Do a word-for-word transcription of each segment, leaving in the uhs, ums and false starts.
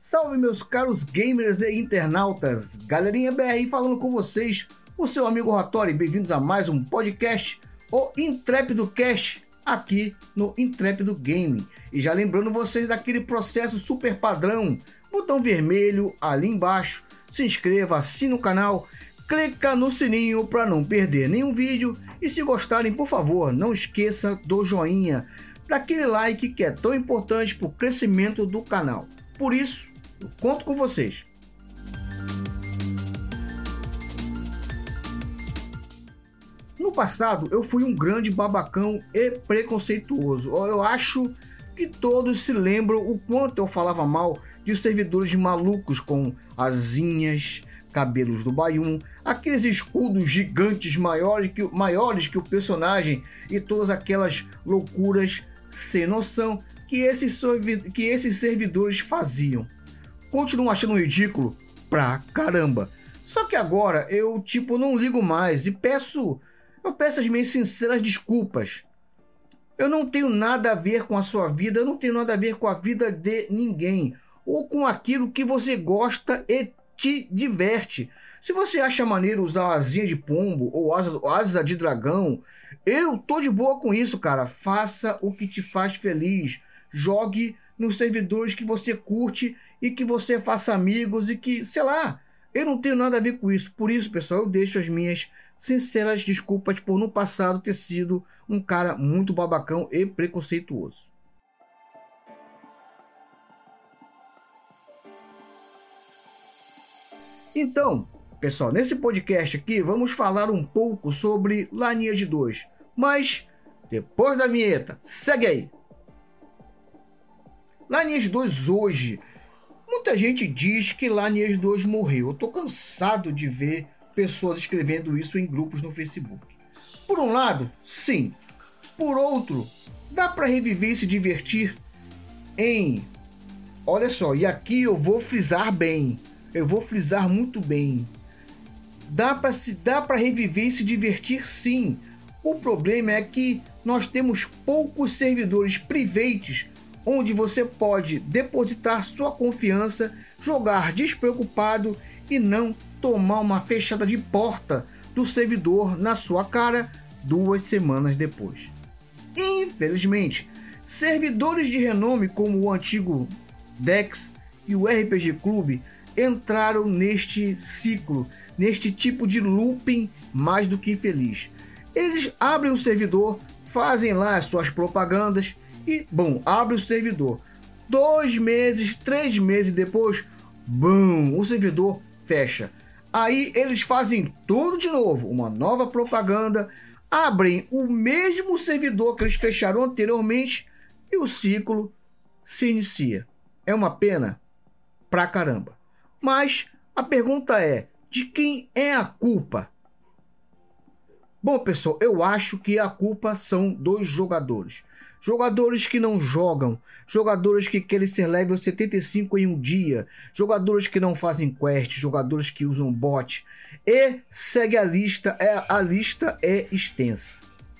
Salve meus caros gamers e internautas, Galerinha B R falando com vocês, o seu amigo Ratori, bem-vindos a mais um podcast, o Intrépido Cast, aqui no Intrépido Game. E já lembrando vocês daquele processo super padrão, botão vermelho ali embaixo, se inscreva, assine o canal, clica no sininho para não perder nenhum vídeo e se gostarem, por favor, não esqueça do joinha, daquele like que é tão importante para o crescimento do canal. Por isso, eu conto com vocês. No passado, eu fui um grande babacão e preconceituoso. Eu acho que todos se lembram o quanto eu falava mal de servidores malucos com asinhas, cabelos do Baium, aqueles escudos gigantes maiores que, maiores que o personagem e todas aquelas loucuras sem noção que esses, que esses servidores faziam. Continuo achando ridículo pra caramba. Só que agora eu tipo não ligo mais e peço, eu peço as minhas sinceras desculpas. Eu não tenho nada a ver com a sua vida, eu não tenho nada a ver com a vida de ninguém ou com aquilo que você gosta e te diverte. Se você acha maneiro usar asinha de pombo ou asa, asa de dragão, eu tô de boa com isso, cara. Faça o que te faz feliz. Jogue nos servidores que você curte e que você faça amigos e que, sei lá, eu não tenho nada a ver com isso. Por isso, pessoal, eu deixo as minhas sinceras desculpas por no passado ter sido um cara muito babacão e preconceituoso. Então, pessoal, nesse podcast aqui vamos falar um pouco sobre Lineage dois, mas depois da vinheta, segue aí! Lineage dois hoje, muita gente diz que Lineage dois morreu. Eu tô cansado de ver pessoas escrevendo isso em grupos no Facebook. Por um lado, sim. Por outro, dá para reviver e se divertir em... Olha só, e aqui eu vou frisar bem. Eu vou frisar muito bem. Dá para se dá para reviver e se divertir, sim. O problema é que nós temos poucos servidores privates onde você pode depositar sua confiança, jogar despreocupado e não tomar uma fechada de porta do servidor na sua cara duas semanas depois. Infelizmente, servidores de renome como o antigo Dex e o R P G Clube entraram neste ciclo, neste tipo de looping mais do que infeliz. Eles abrem o servidor, fazem lá as suas propagandas e, bom, abre o servidor. Dois meses, três meses depois, bum, o servidor fecha. Aí eles fazem tudo de novo, uma nova propaganda, abrem o mesmo servidor que eles fecharam anteriormente e o ciclo se inicia. É uma pena pra caramba. Mas a pergunta é, de quem é a culpa? Bom, pessoal, eu acho que a culpa são dos jogadores. Jogadores que não jogam, jogadores que querem ser level setenta e cinco em um dia, jogadores que não fazem quest, jogadores que usam bot. E segue a lista, é, a lista é extensa.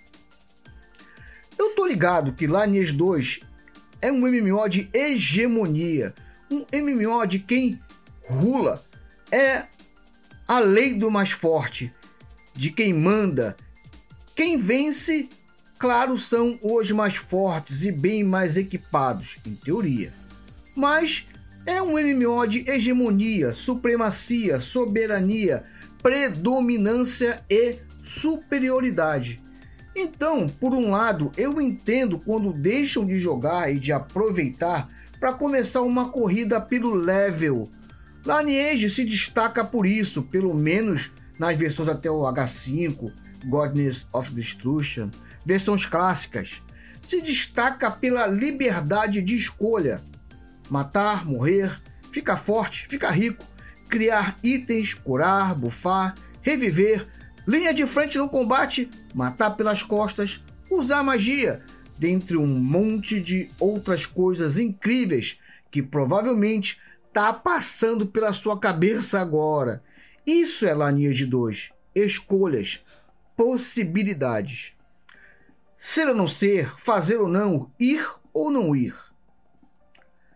Eu tô ligado que Lineage dois é um M M O de hegemonia, um M M O de quem rula, é a lei do mais forte, de quem manda, quem vence. Claro, são os mais fortes e bem mais equipados, em teoria. Mas é um M M O de hegemonia, supremacia, soberania, predominância e superioridade. Então, por um lado, eu entendo quando deixam de jogar e de aproveitar para começar uma corrida pelo level. Lineage se destaca por isso, pelo menos nas versões até o H cinco, Goddess of Destruction, versões clássicas, se destaca pela liberdade de escolha. Matar, morrer, ficar forte, ficar rico, criar itens, curar, bufar, reviver, linha de frente no combate, matar pelas costas, usar magia, dentre um monte de outras coisas incríveis que provavelmente tá passando pela sua cabeça agora. Isso é Lineage dois. Escolhas, possibilidades. Ser ou não ser, fazer ou não, ir ou não ir.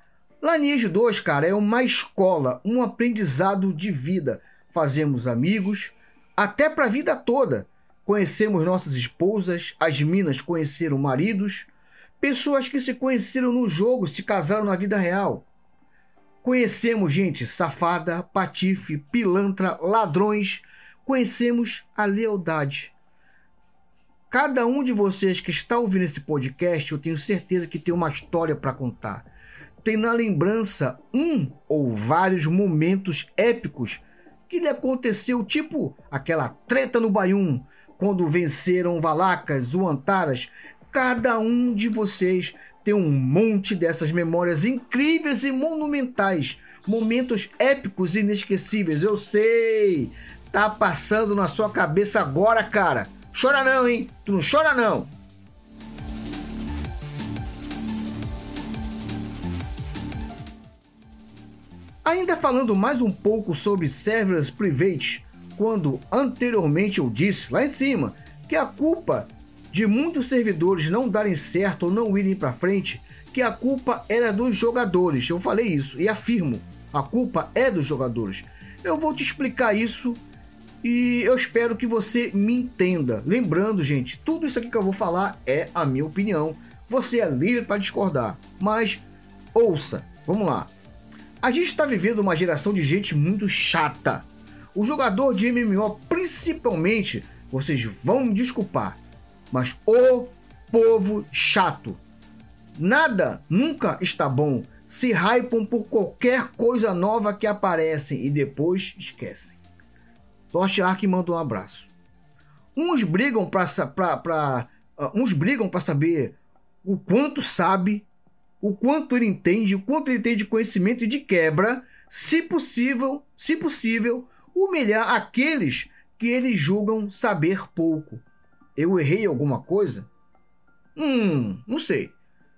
Lineage dois, cara, é uma escola, um aprendizado de vida. Fazemos amigos, até para a vida toda. Conhecemos nossas esposas, as minas conheceram maridos, pessoas que se conheceram no jogo se casaram na vida real. Conhecemos gente safada, patife, pilantra, ladrões. Conhecemos a lealdade. Cada um de vocês que está ouvindo esse podcast, eu tenho certeza que tem uma história para contar. Tem na lembrança um ou vários momentos épicos que lhe aconteceu, tipo aquela treta no Baium, quando venceram Valacas, Zuantaras. Cada um de vocês tem um monte dessas memórias incríveis e monumentais, momentos épicos e inesquecíveis. Eu sei, tá passando na sua cabeça agora, cara. Chora não, hein? Tu não chora não. Ainda falando mais um pouco sobre servers private, quando anteriormente eu disse lá em cima que a culpa de muitos servidores não darem certo ou não irem para frente, que a culpa era dos jogadores. Eu falei isso e afirmo, a culpa é dos jogadores. Eu vou te explicar isso e eu espero que você me entenda. Lembrando, gente, tudo isso aqui que eu vou falar é a minha opinião. Você é livre para discordar, mas ouça, vamos lá. A gente está vivendo uma geração de gente muito chata. O jogador de M M O, principalmente, vocês vão me desculpar, mas o povo chato. Nada nunca está bom. Se hypam por qualquer coisa nova que aparece e depois esquecem. Lost Ark manda um abraço. Uns brigam para uh, uns brigam para saber o quanto sabe, o quanto ele entende, o quanto ele tem de conhecimento e de quebra, se possível, se possível, humilhar aqueles que eles julgam saber pouco. Eu errei alguma coisa? Hum, não sei.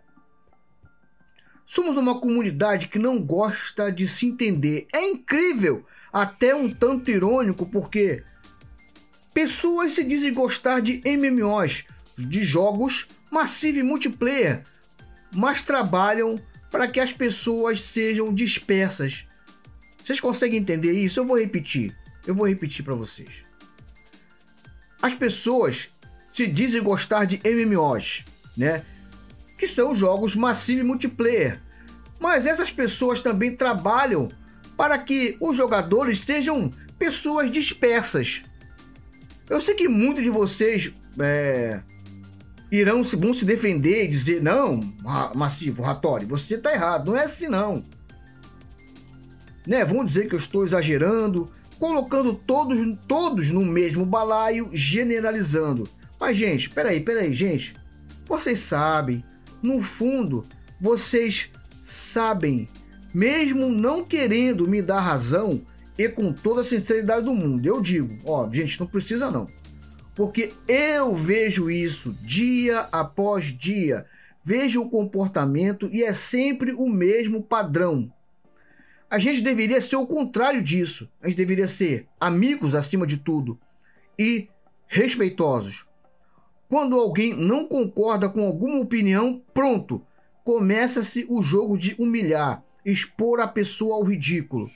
Somos uma comunidade que não gosta de se entender. É incrível, até um tanto irônico, porque pessoas se dizem gostar de M M Os, de jogos massive multiplayer, mas trabalham para que as pessoas sejam dispersas. Vocês conseguem entender isso? Eu vou repetir. Eu vou repetir para vocês. As pessoas se dizem gostar de M M Os, né? Que são jogos massive multiplayer. Mas essas pessoas também trabalham para que os jogadores sejam pessoas dispersas. Eu sei que muitos de vocês é, irão se, vão se defender e dizer: não, Massivo, Hattori, você está errado, não é assim não. Né? Vão dizer que eu estou exagerando, colocando todos, todos no mesmo balaio, generalizando. Mas, gente, peraí, peraí, gente. Vocês sabem, no fundo, vocês sabem, mesmo não querendo me dar razão, e com toda a sinceridade do mundo, eu digo, ó, gente, não precisa não. Porque eu vejo isso dia após dia, vejo o comportamento e é sempre o mesmo padrão. A gente deveria ser o contrário disso. A gente deveria ser amigos acima de tudo e respeitosos. Quando alguém não concorda com alguma opinião, pronto, começa-se o jogo de humilhar, expor a pessoa ao ridículo.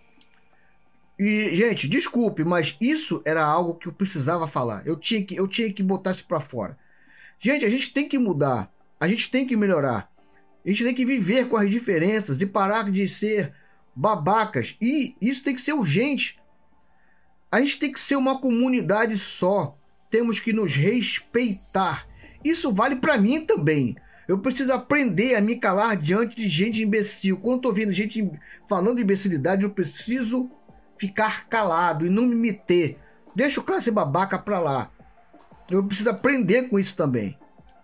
E, gente, desculpe, mas isso era algo que eu precisava falar. Eu tinha que, eu tinha que botar isso pra fora. Gente, a gente tem que mudar. A gente tem que melhorar. A gente tem que viver com as diferenças e parar de ser babacas. E isso tem que ser urgente. A gente tem que ser uma comunidade só. Temos que nos respeitar. Isso vale pra mim também. Eu preciso aprender a me calar diante de gente imbecil. Quando eu tô vendo gente falando de imbecilidade, eu preciso ficar calado e não me meter. Deixa o cara ser babaca pra lá. Eu preciso aprender com isso também.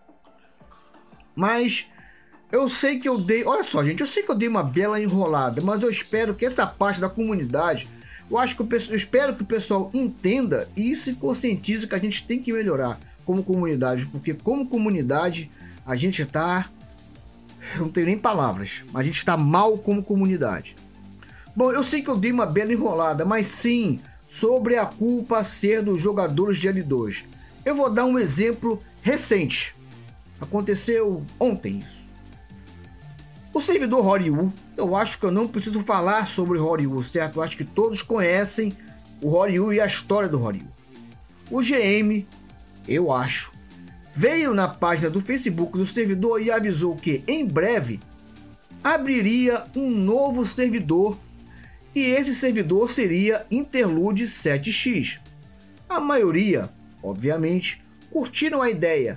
Mas eu sei que eu dei... Olha só, gente, eu sei que eu dei uma bela enrolada, mas eu espero que essa parte da comunidade... Eu acho que eu, eu espero que o pessoal entenda e se conscientize que a gente tem que melhorar como comunidade. Porque como comunidade, a gente tá... Eu não tenho nem palavras. A gente está mal como comunidade. Bom, eu sei que eu dei uma bela enrolada, mas sim, sobre a culpa ser dos jogadores de L dois. Eu vou dar um exemplo recente. Aconteceu ontem isso. O servidor Horyu, eu acho que eu não preciso falar sobre o Horyu, certo? Eu acho que todos conhecem o Horyu e a história do Horyu. O G M, eu acho, veio na página do Facebook do servidor e avisou que em breve abriria um novo servidor e esse servidor seria Interlude sete x. A maioria, obviamente, curtiram a ideia,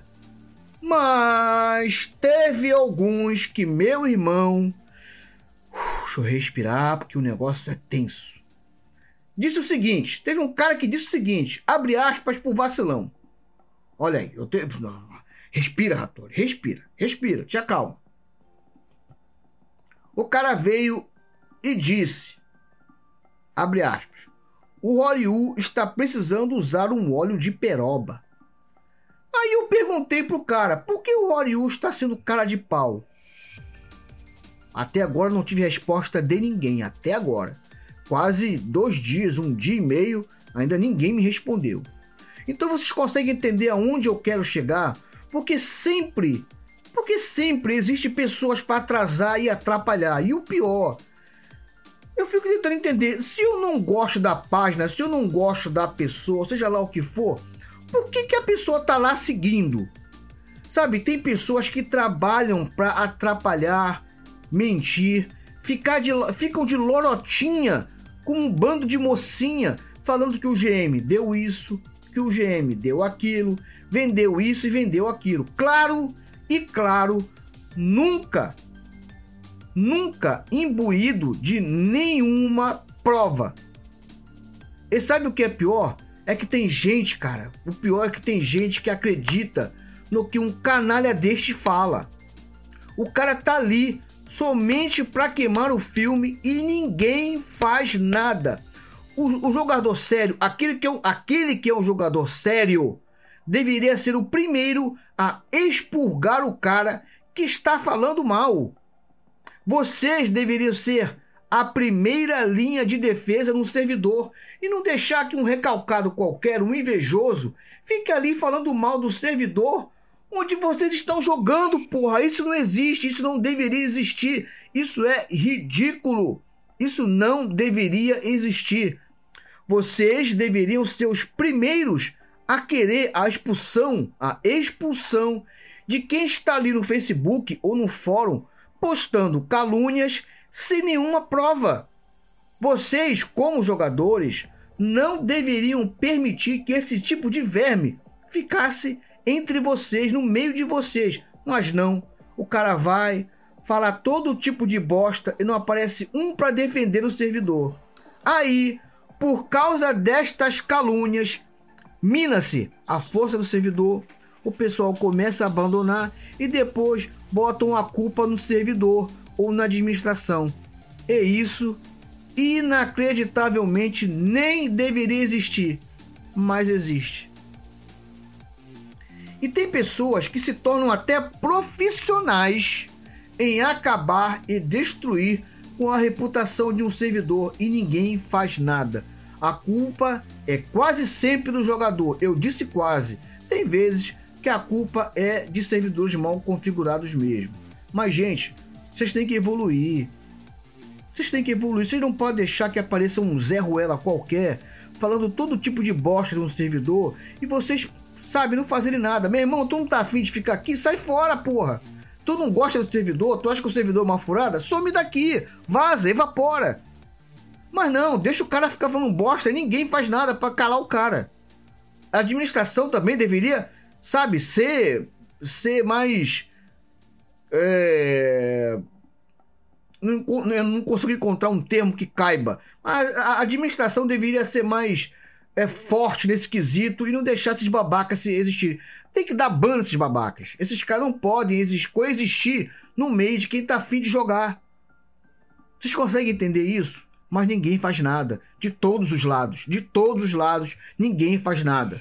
mas teve alguns que meu irmão... Uf, deixa eu respirar porque o negócio é tenso. Disse o seguinte, teve um cara que disse o seguinte, abre aspas por vacilão. Olha aí, eu tenho... Respira, Ratori, respira, respira, te acalma. O cara veio e disse, abre aspas, o Horyu está precisando usar um óleo de peroba. Aí eu perguntei pro cara, por que o Horyu está sendo cara de pau? Até agora não tive resposta de ninguém, até agora. Quase dois dias, um dia e meio, ainda ninguém me respondeu. Então vocês conseguem entender aonde eu quero chegar? Porque sempre, porque sempre existe pessoas para atrasar e atrapalhar. E o pior, eu fico tentando entender, se eu não gosto da página, se eu não gosto da pessoa, seja lá o que for, por que que a pessoa tá lá seguindo? Sabe, tem pessoas que trabalham para atrapalhar, mentir, ficar de, ficam de lorotinha com um bando de mocinha falando que o G M deu isso, que o G M deu aquilo, vendeu isso e vendeu aquilo. Claro e claro, nunca, nunca imbuído de nenhuma prova. E sabe o que é pior? É que tem gente, cara, o pior é que tem gente que acredita no que um canalha deste fala. O cara tá ali somente para queimar o filme e ninguém faz nada. O, o jogador sério, aquele que, é um, aquele que é um jogador sério, deveria ser o primeiro a expurgar o cara que está falando mal. Vocês deveriam ser a primeira linha de defesa no servidor e não deixar que um recalcado qualquer, um invejoso, fique ali falando mal do servidor onde vocês estão jogando, porra. Isso não existe, isso não deveria existir. Isso é ridículo. Isso não deveria existir. Vocês deveriam ser os primeiros a querer a expulsão, a expulsão de quem está ali no Facebook ou no fórum postando calúnias sem nenhuma prova. Vocês, como jogadores, não deveriam permitir que esse tipo de verme ficasse entre vocês, no meio de vocês. Mas não, o cara vai falar todo tipo de bosta e não aparece um para defender o servidor. Aí, por causa destas calúnias, mina-se a força do servidor, o pessoal começa a abandonar e depois botam a culpa no servidor ou na administração. E isso, inacreditavelmente, nem deveria existir, mas existe. E tem pessoas que se tornam até profissionais em acabar e destruir com a reputação de um servidor e ninguém faz nada. A culpa é quase sempre do jogador. Eu disse quase. Tem vezes que a culpa é de servidores mal configurados mesmo. Mas, gente, vocês têm que evoluir. Vocês têm que evoluir. Vocês não podem deixar que apareça um Zé Ruela qualquer falando todo tipo de bosta de um servidor e vocês, sabe, não fazerem nada. Meu irmão, tu não tá afim de ficar aqui? Sai fora, porra. Tu não gosta do servidor? Tu acha que o servidor é uma furada? Some daqui. Vaza, evapora. Mas não, deixa o cara ficar falando bosta e ninguém faz nada pra calar o cara. A administração também deveria, sabe, ser, ser mais... É... Não, não consigo encontrar um termo que caiba. Mas a administração deveria ser mais é, forte nesse quesito e não deixar esses babacas se existirem. Tem que dar ban nesses babacas. Esses caras não podem coexistir no meio de quem tá afim de jogar. Vocês conseguem entender isso? Mas ninguém faz nada. De todos os lados. De todos os lados, ninguém faz nada.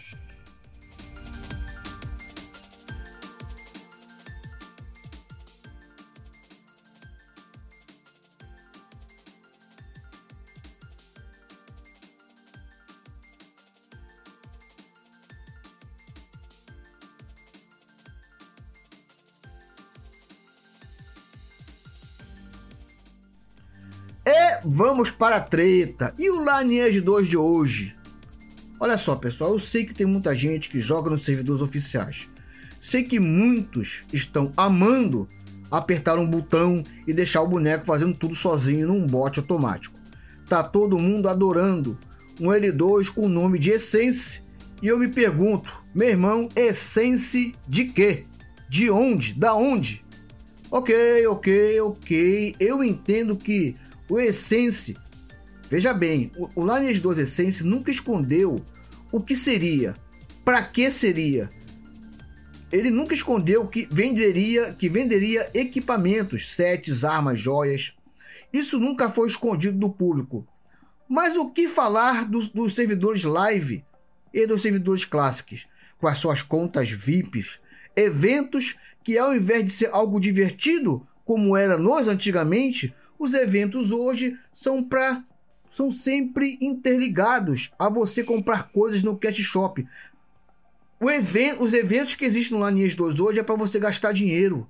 E vamos para a treta. E o Lineage dois de hoje? Olha só, pessoal, eu sei que tem muita gente que joga nos servidores oficiais. Sei que muitos estão amando apertar um botão e deixar o boneco fazendo tudo sozinho num bot automático. Tá todo mundo adorando um L dois com o nome de Essence. E eu me pergunto, meu irmão, Essence de quê? De onde? Da onde? Ok, ok, ok. Eu entendo que o Essence, veja bem, o, o Lineage dois Essence nunca escondeu o que seria, para que seria. Ele nunca escondeu que venderia, que venderia equipamentos, sets, armas, joias. Isso nunca foi escondido do público. Mas o que falar dos, dos servidores live e dos servidores clássicos, com as suas contas V I Ps, eventos que ao invés de ser algo divertido, como era nos antigamente, os eventos hoje são para são sempre interligados a você comprar coisas no Cash Shop. O evento, os eventos que existem no Lineage dois hoje é para você gastar dinheiro.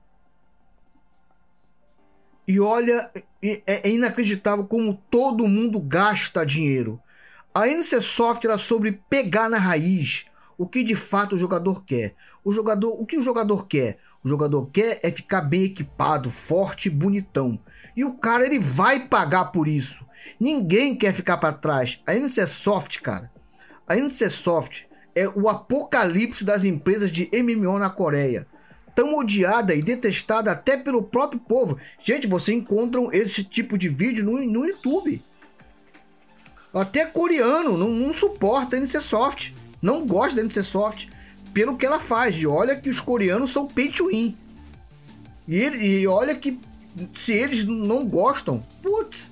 E olha, é, é inacreditável como todo mundo gasta dinheiro. A N C Soft era sobre pegar na raiz o que de fato o jogador quer. O jogador, o que o jogador quer? O jogador quer é ficar bem equipado, forte e bonitão. E o cara, ele vai pagar por isso. Ninguém quer ficar para trás. A N C Soft, cara, a N C Soft é o apocalipse das empresas de M M O na Coreia. Tão odiada e detestada até pelo próprio povo. Gente, você encontra esse tipo de vídeo no, no YouTube. Até coreano não, não suporta a N C Soft. Não gosta da N C Soft pelo que ela faz. E olha que os coreanos são pay to win. E, e olha que se eles não gostam, putz.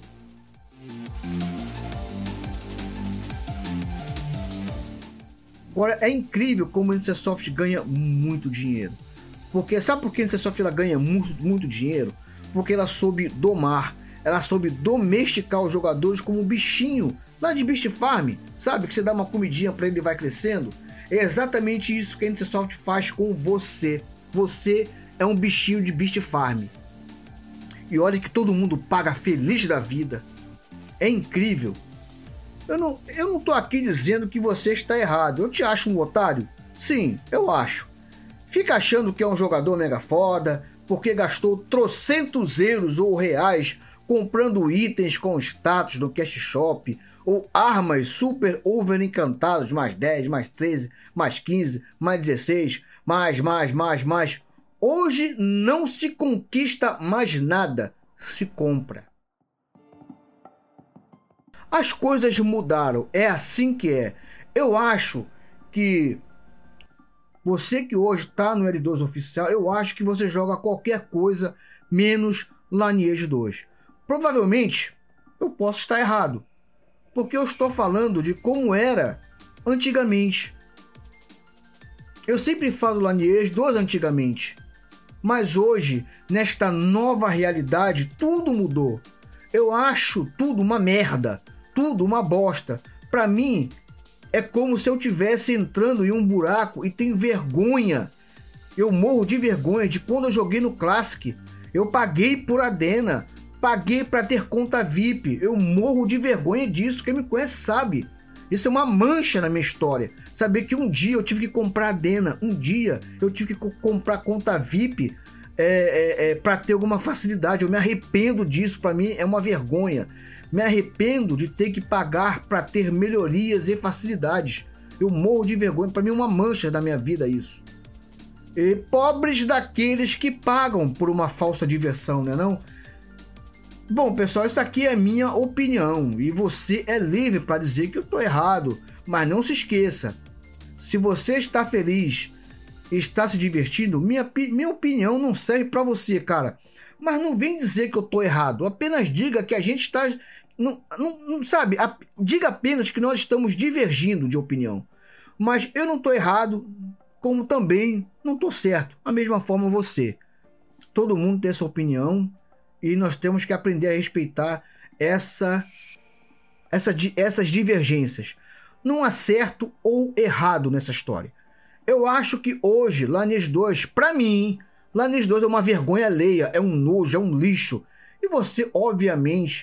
Agora, é incrível como a N C Soft ganha muito dinheiro. Porque, sabe por que a N C Soft ela ganha muito, muito dinheiro? Porque ela soube domar, ela soube domesticar os jogadores como um bichinho lá de Beast Farm, sabe? Que você dá uma comidinha para ele e vai crescendo. É exatamente isso que a N C Soft faz com você. Você é um bichinho de Beast Farm. E olha que todo mundo paga feliz da vida. É incrível. Eu não, eu não tô aqui dizendo que você está errado. Eu te acho um otário? Sim, eu acho. Fica achando que é um jogador mega foda, porque gastou trocentos euros ou reais comprando itens com status no Cash Shop, ou armas super over encantadas, mais dez, mais treze, mais quinze, mais dezesseis, mais, mais, mais, mais. Hoje não se conquista mais nada, se compra. As coisas mudaram, é assim que é. Eu acho que você que hoje está no L dois oficial, eu acho que você joga qualquer coisa menos Lineage dois. Provavelmente eu posso estar errado, porque eu estou falando de como era antigamente. Eu sempre falo Lineage dois antigamente, mas hoje, nesta nova realidade, tudo mudou. Eu acho tudo uma merda. Tudo uma bosta. Pra mim, é como se eu estivesse entrando em um buraco e tenho vergonha. Eu morro de vergonha de quando eu joguei no Classic. Eu paguei por Adena. Paguei pra ter conta V I P. Eu morro de vergonha disso. Quem me conhece sabe. Isso é uma mancha na minha história. Saber que um dia eu tive que comprar Adena. Um dia eu tive que comprar conta V I P é, é, é, pra ter alguma facilidade. Eu me arrependo disso. Pra mim é uma vergonha. Me arrependo de ter que pagar para ter melhorias e facilidades. Eu morro de vergonha. Para mim é uma mancha da minha vida isso. E pobres daqueles que pagam por uma falsa diversão, né não? Bom, pessoal, isso aqui é a minha opinião. E você é livre para dizer que eu estou errado. Mas não se esqueça. Se você está feliz e está se divertindo, minha, minha opinião não serve para você, cara. Mas não vem dizer que eu estou errado. Apenas diga que a gente está... Não, não, não sabe, a, diga apenas que nós estamos divergindo de opinião. Mas eu não estou errado, como também não estou certo. Da mesma forma você. Todo mundo tem essa opinião e nós temos que aprender a respeitar essa, essa, essas divergências. Não há certo ou errado nessa história. Eu acho que hoje, Lineage dois, para mim, Lineage dois é uma vergonha alheia, é um nojo, é um lixo. E você, obviamente,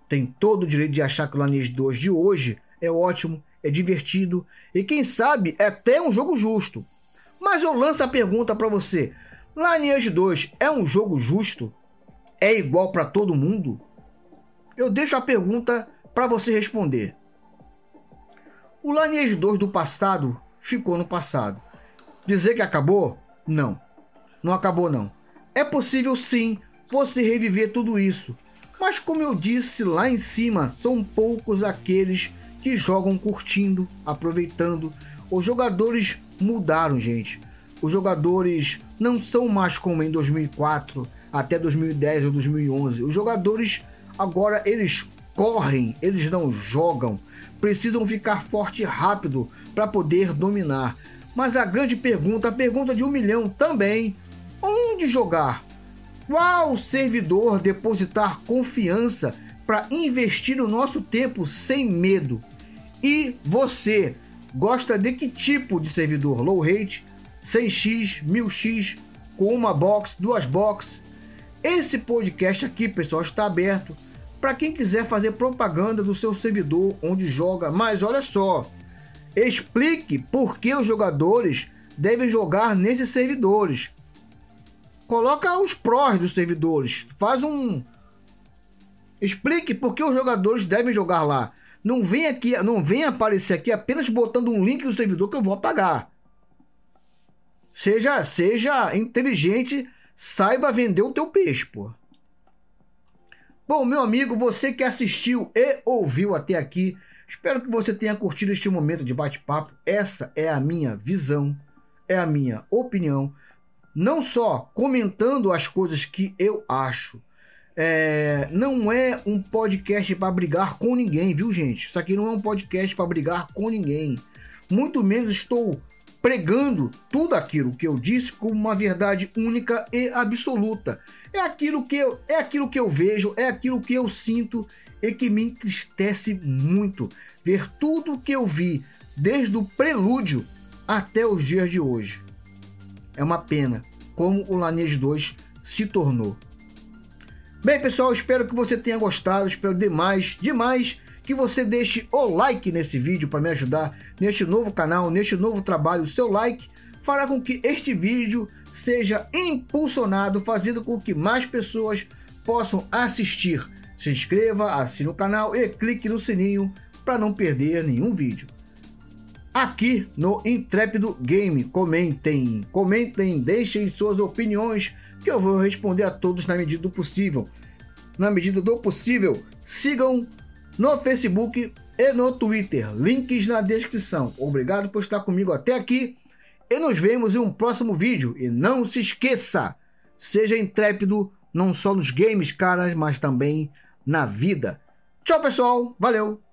tem todo o direito de achar que o Lineage dois de hoje é ótimo, é divertido e quem sabe é até um jogo justo. Mas eu lanço a pergunta para você: Lineage dois é um jogo justo? É igual para todo mundo? Eu deixo a pergunta para você responder. O Lineage dois do passado ficou no passado. Dizer que acabou? Não. Não acabou não. É possível sim você reviver tudo isso. Mas como eu disse lá em cima, são poucos aqueles que jogam curtindo, aproveitando. Os jogadores mudaram, gente. Os jogadores não são mais como em dois mil e quatro até dois mil e dez ou dois mil e onze. Os jogadores agora eles correm, eles não jogam. Precisam ficar forte e rápido para poder dominar. Mas a grande pergunta, a pergunta de um milhão também: onde jogar? Qual servidor depositar confiança para investir o nosso tempo sem medo? E você gosta de que tipo de servidor? Low rate, cem x, mil x, com uma box, duas boxes? Esse podcast aqui, pessoal, está aberto para quem quiser fazer propaganda do seu servidor onde joga. Mas olha só, explique por que os jogadores devem jogar nesses servidores. Coloca os prós dos servidores. Faz um... Explique por que os jogadores devem jogar lá. Não vem aqui, não vem aparecer aqui apenas botando um link do servidor que eu vou apagar. Seja, seja inteligente, saiba vender o teu peixe, pô. Bom, meu amigo, você que assistiu e ouviu até aqui, espero que você tenha curtido este momento de bate-papo. Essa é a minha visão, é a minha opinião. Não só comentando as coisas que eu acho. É, não é um podcast para brigar com ninguém, viu, gente? Isso aqui não é um podcast para brigar com ninguém. Muito menos estou pregando tudo aquilo que eu disse como uma verdade única e absoluta. É aquilo que eu, é aquilo que eu vejo, é aquilo que eu sinto e que me entristece muito ver tudo que eu vi desde o prelúdio até os dias de hoje. É uma pena como o Lineage dois se tornou. Bem, pessoal, espero que você tenha gostado. Espero demais, demais que você deixe o like nesse vídeo para me ajudar neste novo canal, neste novo trabalho. O seu like fará com que este vídeo seja impulsionado, fazendo com que mais pessoas possam assistir. Se inscreva, assine o canal e clique no sininho para não perder nenhum vídeo. Aqui no Intrépido Game, comentem, comentem, deixem suas opiniões que eu vou responder a todos na medida do possível. Na medida do possível, sigam no Facebook e no Twitter, links na descrição. Obrigado por estar comigo até aqui e nos vemos em um próximo vídeo. E não se esqueça, seja intrépido não só nos games, caras, mas também na vida. Tchau, pessoal, valeu!